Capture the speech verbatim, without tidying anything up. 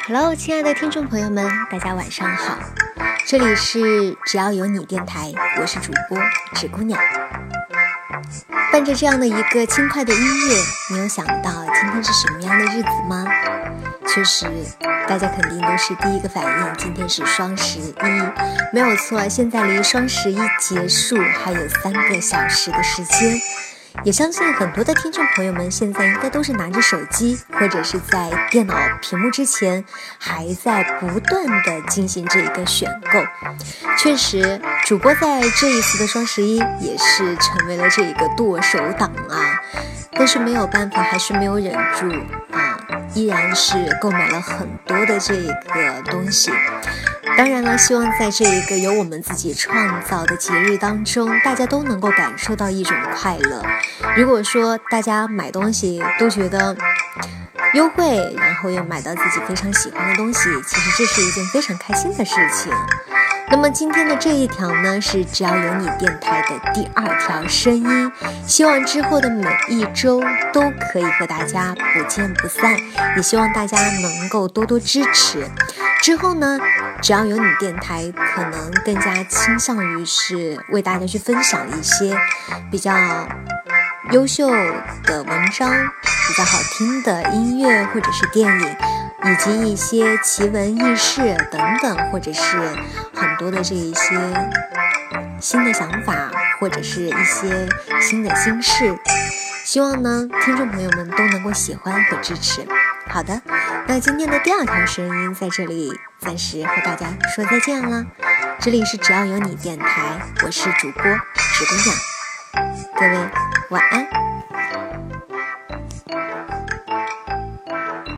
Hello， 亲爱的听众朋友们，大家晚上好，这里是只要有你电台，我是主播纸姑娘。伴着这样的一个轻快的音乐，你有想到今天是什么样的日子吗？确实，大家肯定都是第一个反应，今天是双十一，没有错，现在离双十一结束还有三个小时的时间。也相信很多的听众朋友们现在应该都是拿着手机或者是在电脑屏幕之前，还在不断的进行这一个选购。确实，主播在这一次的双十一也是成为了这一个剁手党啊，但是没有办法，还是没有忍住啊，依然是购买了很多的这一个东西。当然了，希望在这一个由我们自己创造的节日当中，大家都能够感受到一种快乐。如果说大家买东西都觉得优惠，然后又买到自己非常喜欢的东西，其实这是一件非常开心的事情。那么今天的这一条呢，是只要有你电台的第二条声音，希望之后的每一周都可以和大家不见不散，也希望大家能够多多支持。之后呢，只要有你电台可能更加倾向于是为大家去分享一些比较优秀的文章，比较好听的音乐或者是电影，以及一些奇闻异事等等，或者是很多的这一些新的想法，或者是一些新的心事，希望呢听众朋友们都能够喜欢和支持。好的，那今天的第二条声音在这里暂时和大家说再见了。这里是只要有你电台，我是主播纸姑娘，各位晚安。